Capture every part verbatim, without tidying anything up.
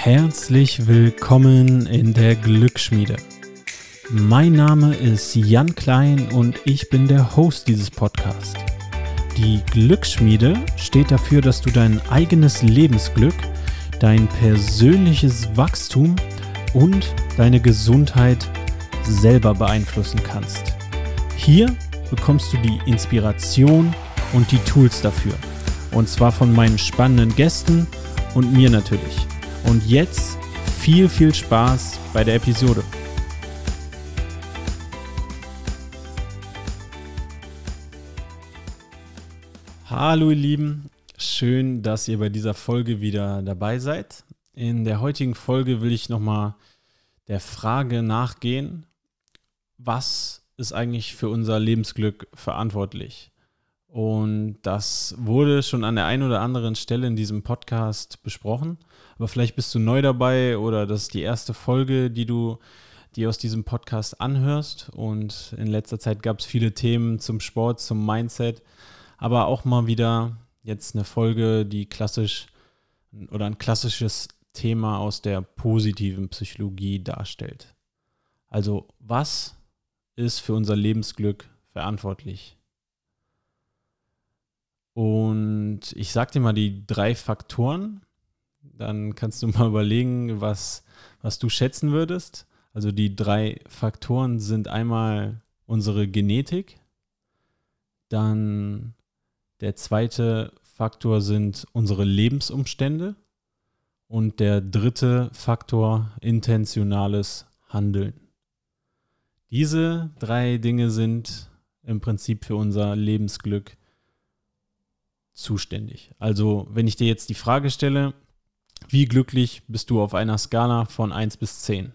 Herzlich willkommen in der Glücksschmiede. Mein Name ist Jan Klein und ich bin der Host dieses Podcasts. Die Glücksschmiede steht dafür, dass du dein eigenes Lebensglück, dein persönliches Wachstum und deine Gesundheit selber beeinflussen kannst. Hier bekommst du die Inspiration und die Tools dafür. Und zwar von meinen spannenden Gästen und mir natürlich. Und jetzt viel, viel Spaß bei der Episode. Hallo ihr Lieben, schön, dass ihr bei dieser Folge wieder dabei seid. In der heutigen Folge will ich nochmal der Frage nachgehen, was ist eigentlich für unser Lebensglück verantwortlich? Und das wurde schon an der einen oder anderen Stelle in diesem Podcast besprochen. Aber vielleicht bist du neu dabei oder das ist die erste Folge, die du dir aus diesem Podcast anhörst. Und in letzter Zeit gab es viele Themen zum Sport, zum Mindset, aber auch mal wieder jetzt eine Folge, die klassisch oder ein klassisches Thema aus der positiven Psychologie darstellt. Also, was ist für unser Lebensglück verantwortlich? Und ich sag dir mal die drei Faktoren, dann kannst du mal überlegen, was, was du schätzen würdest. Also die drei Faktoren sind einmal unsere Genetik, dann der zweite Faktor sind unsere Lebensumstände und der dritte Faktor intentionales Handeln. Diese drei Dinge sind im Prinzip für unser Lebensglück zuständig. Also wenn ich dir jetzt die Frage stelle, wie glücklich bist du auf einer Skala von eins bis zehn?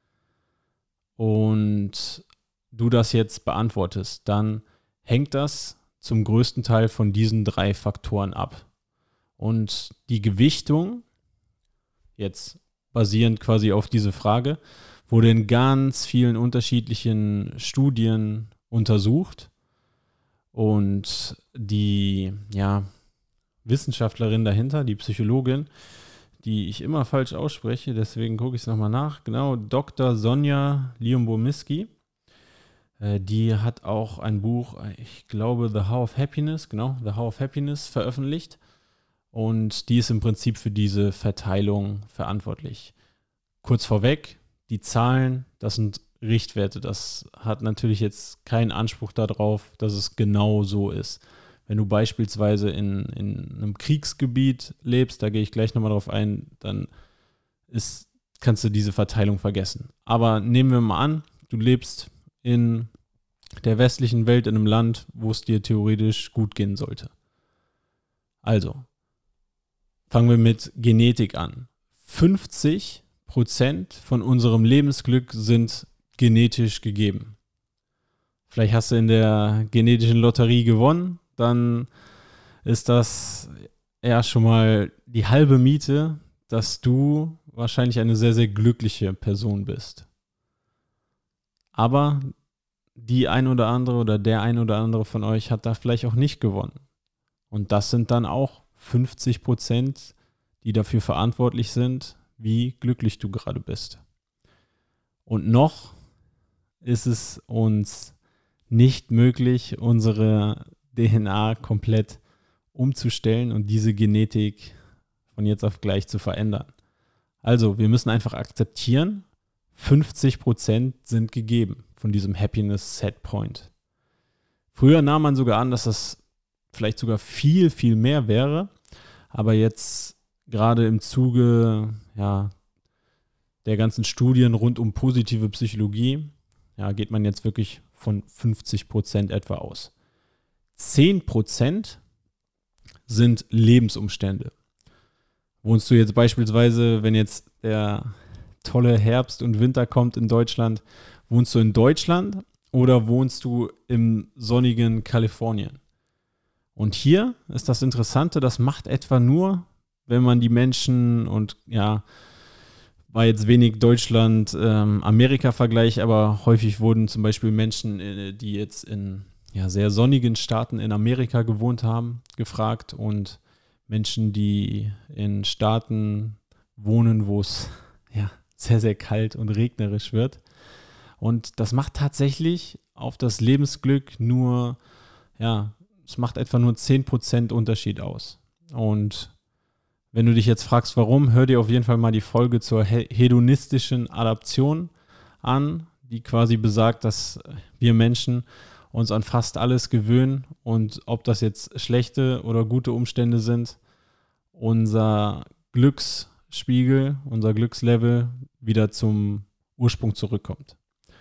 Und du das jetzt beantwortest, dann hängt das zum größten Teil von diesen drei Faktoren ab. Und die Gewichtung, jetzt basierend quasi auf diese Frage, wurde in ganz vielen unterschiedlichen Studien untersucht. Und die ja, Wissenschaftlerin dahinter, die Psychologin, die ich immer falsch ausspreche, deswegen gucke ich es nochmal nach, genau, Doktor Sonja Lyubomirsky, äh, die hat auch ein Buch, ich glaube The How of Happiness, genau, The How of Happiness veröffentlicht und die ist im Prinzip für diese Verteilung verantwortlich. Kurz vorweg, die Zahlen, das sind Richtwerte. Das hat natürlich jetzt keinen Anspruch darauf, dass es genau so ist. Wenn du beispielsweise in, in einem Kriegsgebiet lebst, da gehe ich gleich nochmal drauf ein, dann ist, kannst du diese Verteilung vergessen. Aber nehmen wir mal an, du lebst in der westlichen Welt in einem Land, wo es dir theoretisch gut gehen sollte. Also, fangen wir mit Genetik an. fünfzig Prozent von unserem Lebensglück sind genetisch gegeben. Vielleicht hast du in der genetischen Lotterie gewonnen, dann ist das ja schon mal die halbe Miete, dass du wahrscheinlich eine sehr, sehr glückliche Person bist. Aber die ein oder andere oder der ein oder andere von euch hat da vielleicht auch nicht gewonnen. Und das sind dann auch fünfzig Prozent, die dafür verantwortlich sind, wie glücklich du gerade bist. Und noch ist es uns nicht möglich, unsere D N A komplett umzustellen und diese Genetik von jetzt auf gleich zu verändern. Also, wir müssen einfach akzeptieren, fünfzig Prozent sind gegeben von diesem Happiness Set Point. Früher nahm man sogar an, dass das vielleicht sogar viel, viel mehr wäre, aber jetzt gerade im Zuge ja, der ganzen Studien rund um positive Psychologie, ja, geht man jetzt wirklich von fünfzig Prozent etwa aus. zehn Prozent sind Lebensumstände. Wohnst du jetzt beispielsweise, wenn jetzt der tolle Herbst und Winter kommt in Deutschland, wohnst du in Deutschland oder wohnst du im sonnigen Kalifornien? Und hier ist das Interessante, das macht etwa nur, wenn man die Menschen und ja, war jetzt wenig Deutschland-Amerika-Vergleich, aber häufig wurden zum Beispiel Menschen, die jetzt in ja, sehr sonnigen Staaten in Amerika gewohnt haben, gefragt und Menschen, die in Staaten wohnen, wo es ja, sehr, sehr kalt und regnerisch wird. Und das macht tatsächlich auf das Lebensglück nur, ja, es macht etwa nur zehn Prozent Unterschied aus. Und wenn du dich jetzt fragst, warum, hör dir auf jeden Fall mal die Folge zur hedonistischen Adaption an, die quasi besagt, dass wir Menschen uns an fast alles gewöhnen und ob das jetzt schlechte oder gute Umstände sind, unser Glücksspiegel, unser Glückslevel wieder zum Ursprung zurückkommt.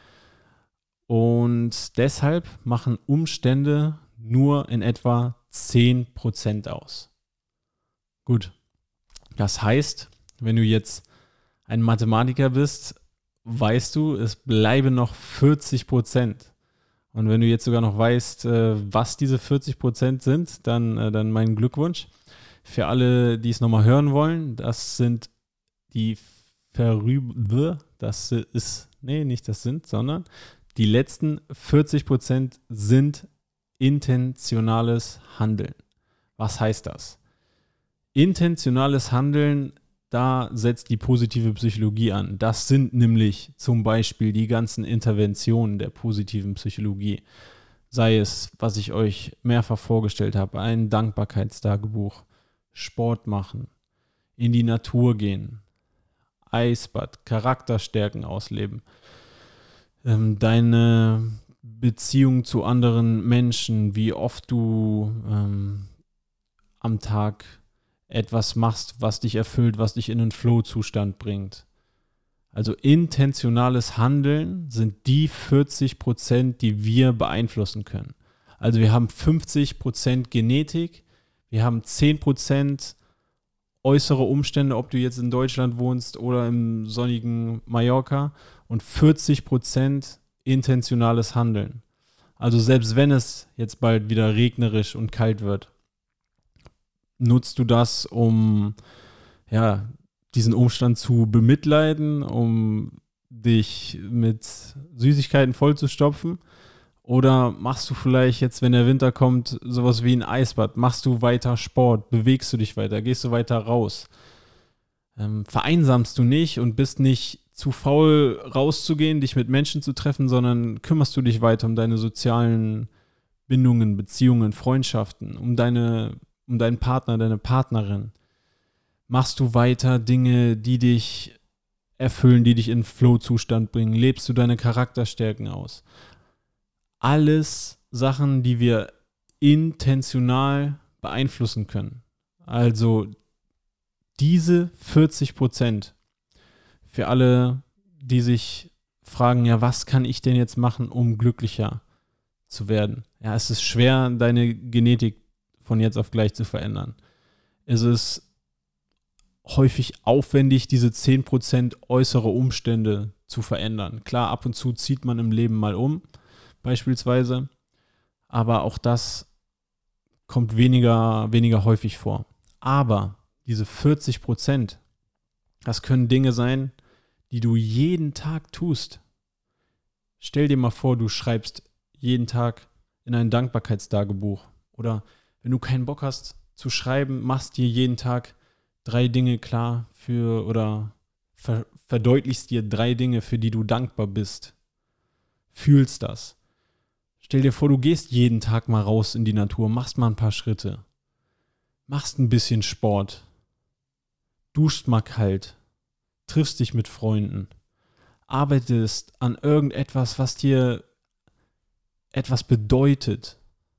Und deshalb machen Umstände nur in etwa zehn Prozent aus. Gut, das heißt, wenn du jetzt ein Mathematiker bist, weißt du, es bleiben noch vierzig Prozent. Und wenn du jetzt sogar noch weißt, was diese vierzig Prozent sind, dann, dann mein Glückwunsch. Für alle, die es nochmal hören wollen, das sind die Verrübe, das ist, nee, nicht das sind, sondern die letzten vierzig Prozent sind intentionales Handeln. Was heißt das? Intentionales Handeln, da setzt die positive Psychologie an. Das sind nämlich zum Beispiel die ganzen Interventionen der positiven Psychologie. Sei es, was ich euch mehrfach vorgestellt habe, ein Dankbarkeitstagebuch, Sport machen, in die Natur gehen, Eisbad, Charakterstärken ausleben, ähm, deine Beziehung zu anderen Menschen, wie oft du ähm, am Tag etwas machst, was dich erfüllt, was dich in einen Flow-Zustand bringt. Also intentionales Handeln sind die vierzig Prozent, die wir beeinflussen können. Also wir haben fünfzig Prozent Genetik, wir haben zehn Prozent äußere Umstände, ob du jetzt in Deutschland wohnst oder im sonnigen Mallorca, und vierzig Prozent intentionales Handeln. Also selbst wenn es jetzt bald wieder regnerisch und kalt wird, nutzt du das, um ja, diesen Umstand zu bemitleiden, um dich mit Süßigkeiten vollzustopfen? Oder machst du vielleicht jetzt, wenn der Winter kommt, sowas wie ein Eisbad? Machst du weiter Sport? Bewegst du dich weiter? Gehst du weiter raus? Ähm, vereinsamst du nicht und bist nicht zu faul rauszugehen, dich mit Menschen zu treffen, sondern kümmerst du dich weiter um deine sozialen Bindungen, Beziehungen, Freundschaften, um deine um deinen Partner, deine Partnerin? Machst du weiter Dinge, die dich erfüllen, die dich in Flow-Zustand bringen? Lebst du deine Charakterstärken aus? Alles Sachen, die wir intentional beeinflussen können. Also diese vierzig Prozent, für alle, die sich fragen, ja, was kann ich denn jetzt machen, um glücklicher zu werden? Ja, es ist schwer, deine Genetik von jetzt auf gleich zu verändern. Es ist häufig aufwendig, diese zehn Prozent äußere Umstände zu verändern. Klar, ab und zu zieht man im Leben mal um, beispielsweise, aber auch das kommt weniger, weniger häufig vor. Aber diese vierzig Prozent, das können Dinge sein, die du jeden Tag tust. Stell dir mal vor, du schreibst jeden Tag in ein Dankbarkeitstagebuch. Oder wenn du keinen Bock hast zu schreiben, machst dir jeden Tag drei Dinge klar für oder ver- verdeutlichst dir drei Dinge, für die du dankbar bist. Fühlst das. Stell dir vor, du gehst jeden Tag mal raus in die Natur, machst mal ein paar Schritte. Machst ein bisschen Sport. Duscht mal kalt. Triffst dich mit Freunden. Arbeitest an irgendetwas, was dir etwas bedeutet.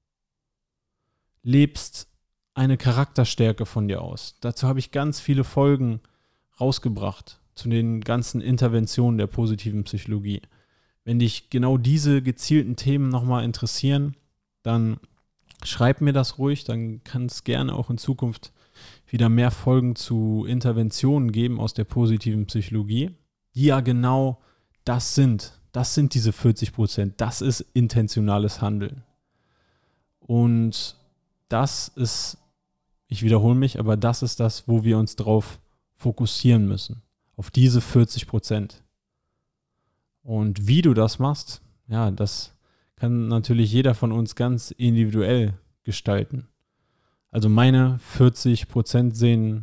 Lebst eine Charakterstärke von dir aus. Dazu habe ich ganz viele Folgen rausgebracht, zu den ganzen Interventionen der positiven Psychologie. Wenn dich genau diese gezielten Themen nochmal interessieren, dann schreib mir das ruhig, dann kann es gerne auch in Zukunft wieder mehr Folgen zu Interventionen geben aus der positiven Psychologie, die ja genau das sind. Das sind diese vierzig Prozent. Das ist intentionales Handeln. Und das ist, ich wiederhole mich, aber das ist das, wo wir uns drauf fokussieren müssen. Auf diese vierzig Prozent. Und wie du das machst, ja, das kann natürlich jeder von uns ganz individuell gestalten. Also meine vierzig Prozent sehen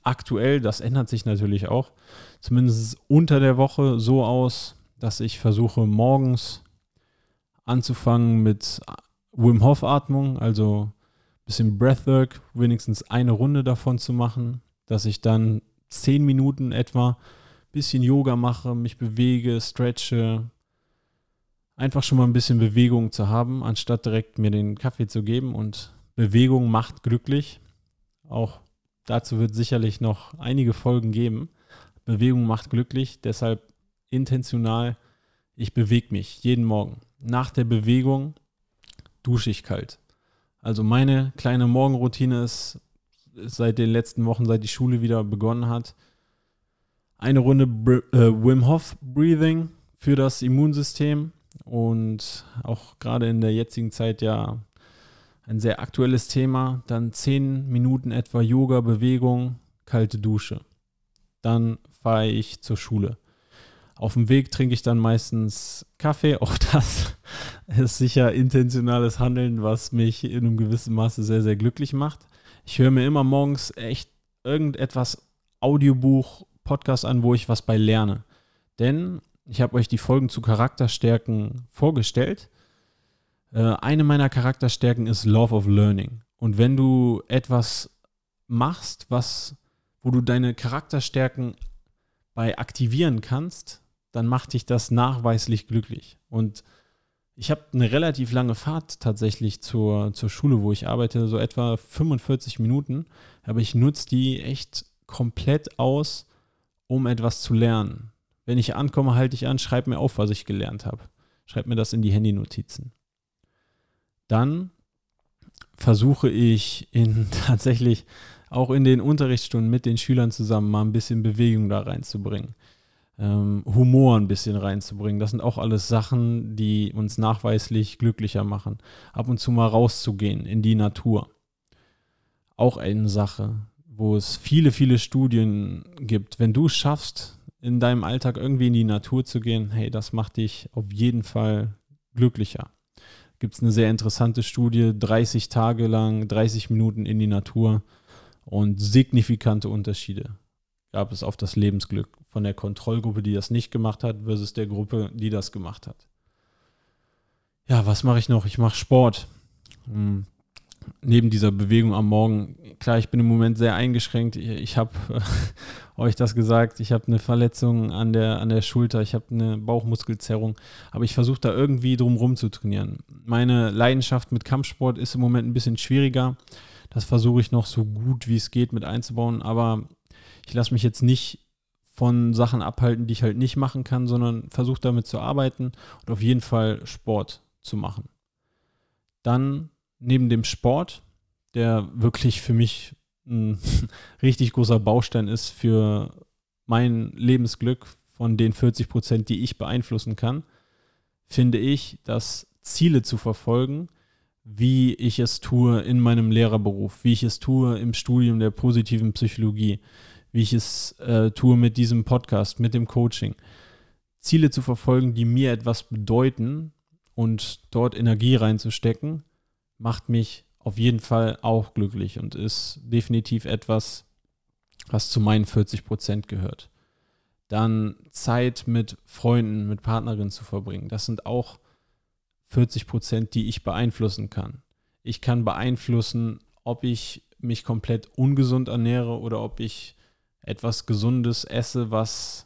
aktuell, das ändert sich natürlich auch, zumindest unter der Woche so aus, dass ich versuche morgens anzufangen mit Wim Hof Atmung, also ein bisschen Breathwork, wenigstens eine Runde davon zu machen, dass ich dann zehn Minuten etwa ein bisschen Yoga mache, mich bewege, stretche, einfach schon mal ein bisschen Bewegung zu haben, anstatt direkt mir den Kaffee zu geben. Und Bewegung macht glücklich. Auch dazu wird sicherlich noch einige Folgen geben. Bewegung macht glücklich, deshalb intentional, ich bewege mich jeden Morgen. Nach der Bewegung dusche ich kalt. Also meine kleine Morgenroutine ist, ist seit den letzten Wochen, seit die Schule wieder begonnen hat, eine Runde Br- äh, Wim Hof Breathing für das Immunsystem. Und auch gerade in der jetzigen Zeit ja ein sehr aktuelles Thema. Dann zehn Minuten etwa Yoga, Bewegung, kalte Dusche. Dann fahre ich zur Schule. Auf dem Weg trinke ich dann meistens Kaffee. Auch das ist sicher intentionales Handeln, was mich in einem gewissen Maße sehr, sehr glücklich macht. Ich höre mir immer morgens echt irgendetwas Audiobuch, Podcast an, wo ich was bei lerne. Denn ich habe euch die Folgen zu Charakterstärken vorgestellt. Äh, eine meiner Charakterstärken ist Love of Learning. Und wenn du etwas machst, was, wo du deine Charakterstärken bei aktivieren kannst, dann macht dich das nachweislich glücklich. Und ich habe eine relativ lange Fahrt tatsächlich zur, zur Schule, wo ich arbeite, so etwa fünfundvierzig Minuten. Aber ich nutze die echt komplett aus, um etwas zu lernen. Wenn ich ankomme, halte ich an, schreibe mir auf, was ich gelernt habe. Schreibe mir das in die Handynotizen. Dann versuche ich in, tatsächlich auch in den Unterrichtsstunden mit den Schülern zusammen mal ein bisschen Bewegung da reinzubringen. Ähm, Humor ein bisschen reinzubringen. Das sind auch alles Sachen, die uns nachweislich glücklicher machen. Ab und zu mal rauszugehen in die Natur. Auch eine Sache, wo es viele, viele Studien gibt. Wenn du es schaffst, in deinem Alltag irgendwie in die Natur zu gehen, hey, das macht dich auf jeden Fall glücklicher. Gibt es eine sehr interessante Studie, dreißig Tage lang, dreißig Minuten in die Natur und signifikante Unterschiede gab es auf das Lebensglück von der Kontrollgruppe, die das nicht gemacht hat, versus der Gruppe, die das gemacht hat. Ja, was mache ich noch? Ich mache Sport. Hm. Neben dieser Bewegung am Morgen, klar, ich bin im Moment sehr eingeschränkt. Ich, ich habe äh, euch das gesagt, ich habe eine Verletzung an der, an der Schulter, ich habe eine Bauchmuskelzerrung, aber ich versuche da irgendwie drum rum zu trainieren. Meine Leidenschaft mit Kampfsport ist im Moment ein bisschen schwieriger. Das versuche ich noch so gut wie es geht mit einzubauen, aber ich lasse mich jetzt nicht von Sachen abhalten, die ich halt nicht machen kann, sondern versuche damit zu arbeiten und auf jeden Fall Sport zu machen. Dann neben dem Sport, der wirklich für mich ein richtig großer Baustein ist für mein Lebensglück von den vierzig Prozent, die ich beeinflussen kann, finde ich, dass Ziele zu verfolgen, wie ich es tue in meinem Lehrerberuf, wie ich es tue im Studium der positiven Psychologie, wie ich es äh, tue mit diesem Podcast, mit dem Coaching. Ziele zu verfolgen, die mir etwas bedeuten und dort Energie reinzustecken, macht mich auf jeden Fall auch glücklich und ist definitiv etwas, was zu meinen vierzig Prozent gehört. Dann Zeit mit Freunden, mit Partnerinnen zu verbringen. Das sind auch vierzig Prozent, die ich beeinflussen kann. Ich kann beeinflussen, ob ich mich komplett ungesund ernähre oder ob ich etwas Gesundes esse, was,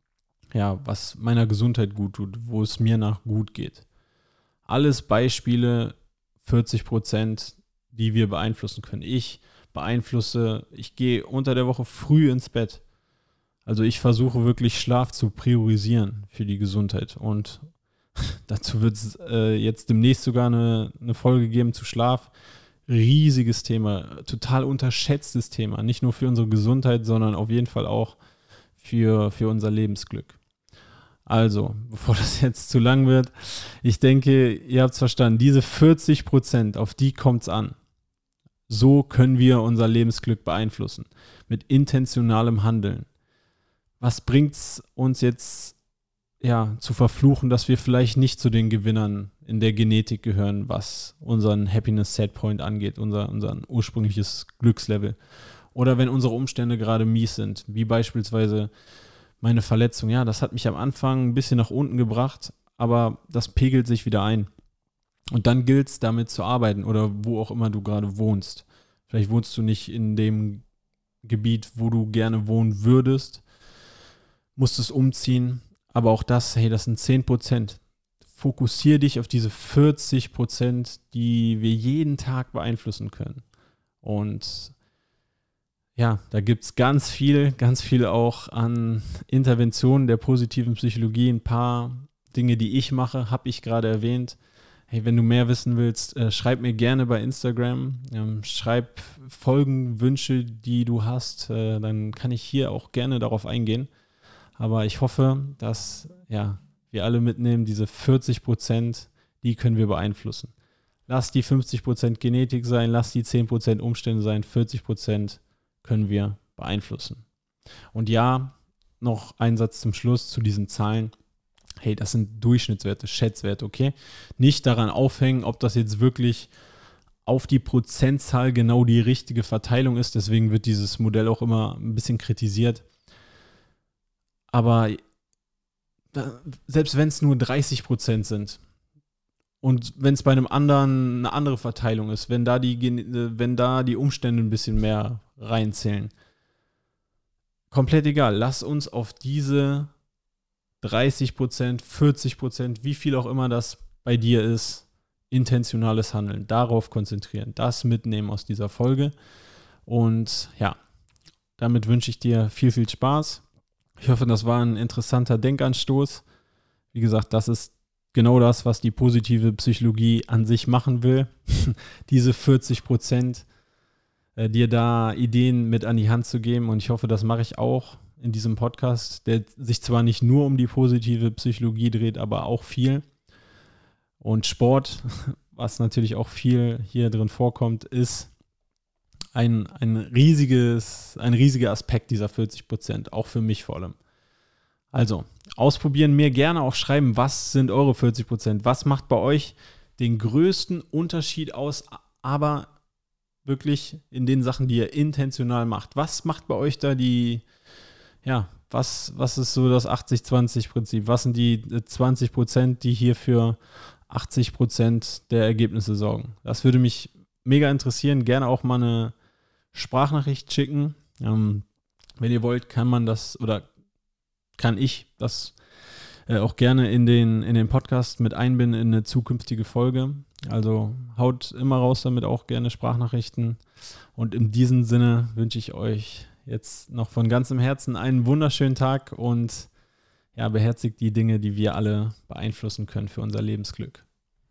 ja, was meiner Gesundheit gut tut, wo es mir nach gut geht. Alles Beispiele, vierzig Prozent, die wir beeinflussen können. Ich beeinflusse, ich gehe unter der Woche früh ins Bett. Also ich versuche wirklich Schlaf zu priorisieren für die Gesundheit. Und dazu wird es äh, jetzt demnächst sogar eine, eine Folge geben zu Schlaf. Riesiges Thema, total unterschätztes Thema. Nicht nur für unsere Gesundheit, sondern auf jeden Fall auch für, für unser Lebensglück. Also, bevor das jetzt zu lang wird, ich denke, ihr habt es verstanden, diese vierzig Prozent, auf die kommt es an. So können wir unser Lebensglück beeinflussen, mit intentionalem Handeln. Was bringt es uns jetzt ja, zu verfluchen, dass wir vielleicht nicht zu den Gewinnern in der Genetik gehören, was unseren Happiness Set Point angeht, unser, unser ursprüngliches Glückslevel. Oder wenn unsere Umstände gerade mies sind, wie beispielsweise meine Verletzung. Ja, das hat mich am Anfang ein bisschen nach unten gebracht, aber das pegelt sich wieder ein. Und dann gilt es, damit zu arbeiten oder wo auch immer du gerade wohnst. Vielleicht wohnst du nicht in dem Gebiet, wo du gerne wohnen würdest, musstest umziehen, aber auch das, hey, das sind zehn Prozent. Fokussiere dich auf diese vierzig Prozent, die wir jeden Tag beeinflussen können. Und ja, da gibt es ganz viel, ganz viel auch an Interventionen der positiven Psychologie. Ein paar Dinge, die ich mache, habe ich gerade erwähnt. Hey, wenn du mehr wissen willst, äh, schreib mir gerne bei Instagram. Ähm, schreib Folgenwünsche, die du hast. Äh, dann kann ich hier auch gerne darauf eingehen. Aber ich hoffe, dass ja, wir alle mitnehmen, diese vierzig Prozent, die können wir beeinflussen. Lass die fünfzig Prozent Genetik sein, lass die zehn Prozent Umstände sein, vierzig Prozent können wir beeinflussen. Und ja, noch ein Satz zum Schluss zu diesen Zahlen. Hey, das sind Durchschnittswerte, Schätzwerte, okay? Nicht daran aufhängen, ob das jetzt wirklich auf die Prozentzahl genau die richtige Verteilung ist. Deswegen wird dieses Modell auch immer ein bisschen kritisiert. Aber selbst wenn es nur dreißig Prozent sind und wenn es bei einem anderen eine andere Verteilung ist, wenn da die, wenn da die Umstände ein bisschen mehr reinzählen, komplett egal. Lass uns auf diese dreißig Prozent, vierzig Prozent, wie viel auch immer das bei dir ist, intentionales Handeln, darauf konzentrieren, das mitnehmen aus dieser Folge. Und ja, damit wünsche ich dir viel, viel Spaß. Ich hoffe, das war ein interessanter Denkanstoß. Wie gesagt, das ist genau das, was die positive Psychologie an sich machen will. Diese vierzig Prozent, äh, dir da Ideen mit an die Hand zu geben. Und ich hoffe, das mache ich auch in diesem Podcast, der sich zwar nicht nur um die positive Psychologie dreht, aber auch viel. Und Sport, was natürlich auch viel hier drin vorkommt, ist ein, ein, riesiges, ein riesiger Aspekt dieser vierzig Prozent, auch für mich vor allem. Also, ausprobieren, mir gerne auch schreiben, was sind eure vierzig Prozent, was macht bei euch den größten Unterschied aus, aber wirklich in den Sachen, die ihr intentional macht. Was macht bei euch da die, ja, was, was ist so das achtzig zwanzig Prinzip? Was sind die zwanzig Prozent, die hier für achtzig Prozent der Ergebnisse sorgen? Das würde mich mega interessieren. Gerne auch mal eine Sprachnachricht schicken. Ähm, wenn ihr wollt, kann man das oder kann ich das äh, auch gerne in den, in den Podcast mit einbinden in eine zukünftige Folge. Also haut immer raus damit, auch gerne Sprachnachrichten. Und in diesem Sinne wünsche ich euch jetzt noch von ganzem Herzen einen wunderschönen Tag und ja, beherzigt die Dinge, die wir alle beeinflussen können für unser Lebensglück.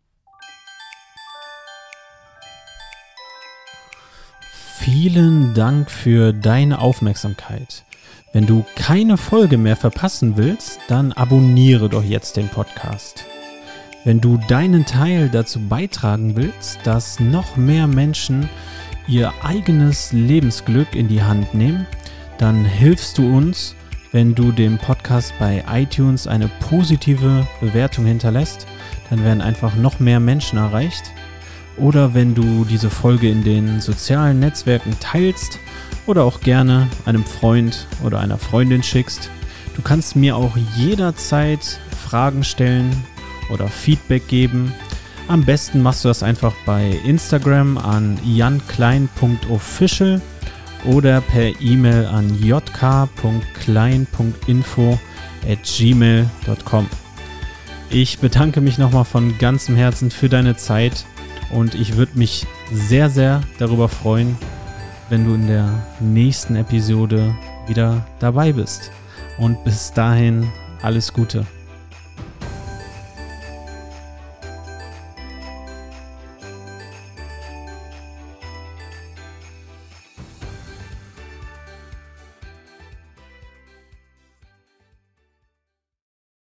Vielen Dank für deine Aufmerksamkeit. Wenn du keine Folge mehr verpassen willst, dann abonniere doch jetzt den Podcast. Wenn du deinen Teil dazu beitragen willst, dass noch mehr Menschen ihr eigenes Lebensglück in die Hand nehmen, dann hilfst du uns, wenn du dem Podcast bei iTunes eine positive Bewertung hinterlässt. Dann werden einfach noch mehr Menschen erreicht. Oder wenn du diese Folge in den sozialen Netzwerken teilst oder auch gerne einem Freund oder einer Freundin schickst. Du kannst mir auch jederzeit Fragen stellen oder Feedback geben. Am besten machst du das einfach bei Instagram an jan klein punkt official oder per E-Mail an j k punkt klein punkt info at gmail punkt com. Ich bedanke mich nochmal von ganzem Herzen für deine Zeit und ich würde mich sehr, sehr darüber freuen, wenn du in der nächsten Episode wieder dabei bist. Und bis dahin alles Gute.